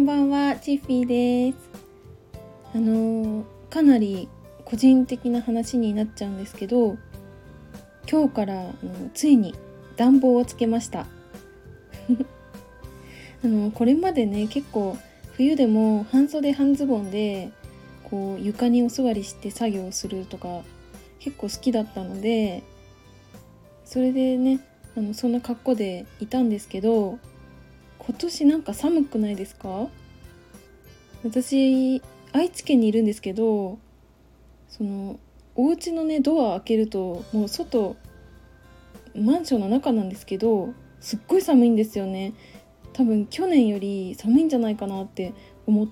んばんは、チッフィーです。かなり個人的な話になっちゃうんですけど、今日からついに暖房をつけました。これまでね、結構冬でも半袖半ズボンでこう床にお座りして作業するとか結構好きだったので、それでね、そんな格好でいたんですけど、今年なんか寒くないですか？私愛知県にいるんですけど、そのお家のねドア開けるともう外、マンションの中なんですけど、すっごい寒いんですよね。多分去年より寒いんじゃないかなって思って、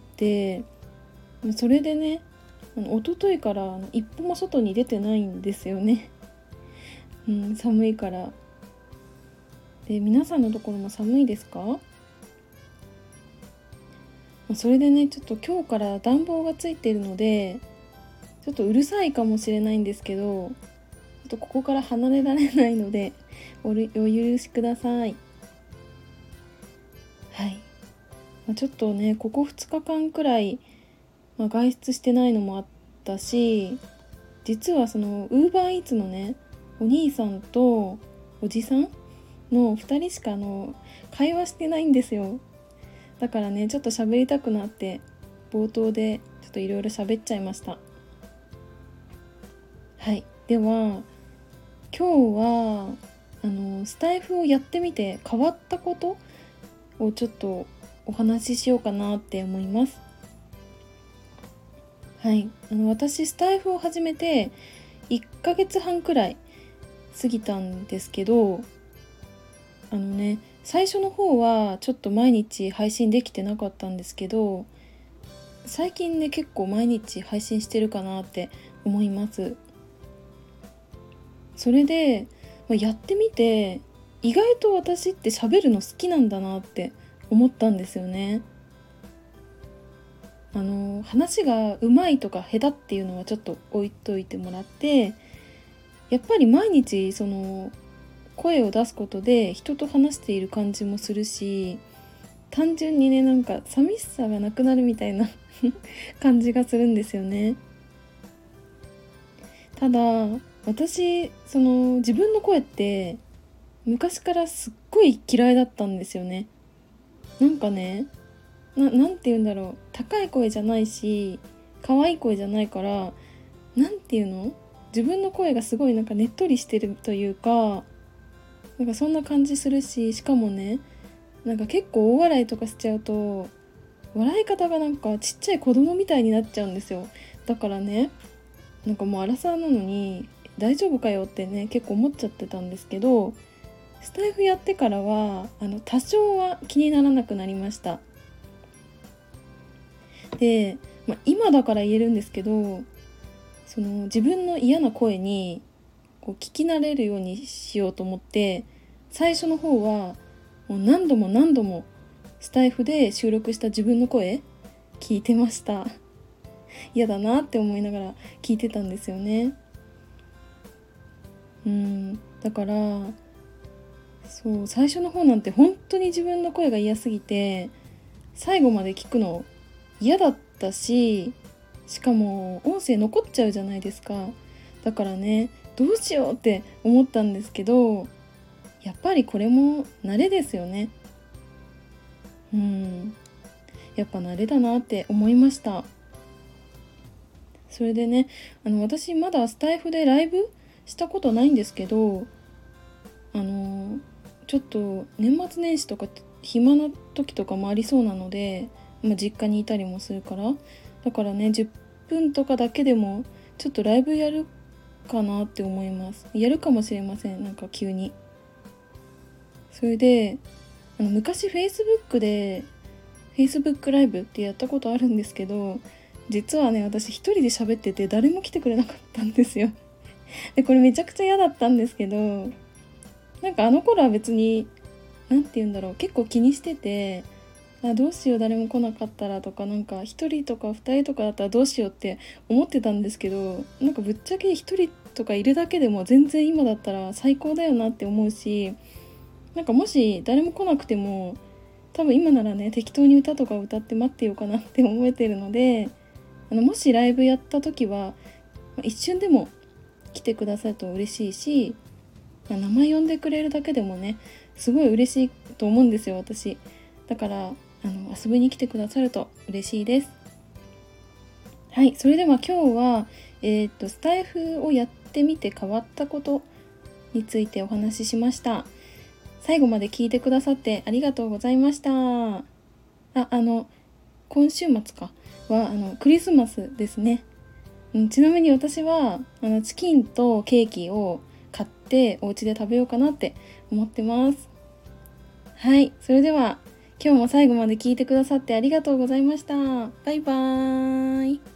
それでね、一昨日から一歩も外に出てないんですよね。寒いから。で、皆さんのところも寒いですか？それでね、ちょっと今日から暖房がついているのでちょっとうるさいかもしれないんですけど、ちょっとここから離れられないのでお許しください。はい、ちょっとね、ここ2日間くらい、外出してないのもあったし、実はそのウーバーイーツのね、お兄さんとおじさんの2人しか会話してないんですよ。だからね、ちょっと喋りたくなって冒頭でちょっといろいろ喋っちゃいました。はい、では今日はスタイフをやってみて変わったことをちょっとお話ししようかなって思います。はい、私スタイフを始めて1ヶ月半くらい過ぎたんですけど、最初の方はちょっと毎日配信できてなかったんですけど、最近ね結構毎日配信してるかなって思います。それで、やってみて意外と私って喋るの好きなんだなって思ったんですよね。話が上手いとか下手っていうのはちょっと置いといてもらって、やっぱり毎日その声を出すことで人と話している感じもするし、単純にね、なんか寂しさがなくなるみたいな感じがするんですよね。ただ私その自分の声って昔からすっごい嫌いだったんですよね。なんかね、なんて言うんだろう、高い声じゃないし可愛い声じゃないから、なんていうの、自分の声がすごいなんかねっとりしてるというか、なんかそんな感じするし、しかもね、なんか結構大笑いとかしちゃうと笑い方がなんかちっちゃい子供みたいになっちゃうんですよ。だからね、なんかもうアラサーなのに大丈夫かよってね結構思っちゃってたんですけど、スタイフやってからは多少は気にならなくなりました。で、今だから言えるんですけど、その自分の嫌な声にこう聞き慣れるようにしようと思って、最初の方はもう何度も何度もスタイフで収録した自分の声聞いてました。嫌だなって思いながら聞いてたんですよね。だからそう、最初の方なんて本当に自分の声が嫌すぎて最後まで聞くの嫌だったし、しかも音声残っちゃうじゃないですか。だからね、どうしようって思ったんですけど、やっぱりこれも慣れですよね。やっぱ慣れだなって思いました。それでね、私まだスタイフでライブしたことないんですけど、ちょっと年末年始とか暇な時とかもありそうなので、実家にいたりもするから、だからね10分とかだけでもちょっとライブやるかなって思います。やるかもしれません、なんか急に。それで昔 Facebook で Facebook ライブってやったことあるんですけど、実はね私一人で喋ってて誰も来てくれなかったんですよ。でこれめちゃくちゃ嫌だったんですけど、なんかあの頃は別になんて言うんだろう、結構気にしてて、どうしよう誰も来なかったらとか、なんか1人とか2人とかだったらどうしようって思ってたんですけど、なんかぶっちゃけ1人とかいるだけでも全然今だったら最高だよなって思うし、なんかもし誰も来なくても多分今ならね適当に歌とか歌って待ってようかなって思えてるので、もしライブやった時は一瞬でも来てくださると嬉しいし、名前呼んでくれるだけでもねすごい嬉しいと思うんですよ私。だから遊びに来てくださると嬉しいです。はい、それでは今日は、スタイフをやってみて変わったことについてお話ししました。最後まで聞いてくださってありがとうございました。今週末はクリスマスですね。ちなみに私はチキンとケーキを買ってお家で食べようかなって思ってます。はい、それでは今日も最後まで聞いてくださってありがとうございました。バイバーイ。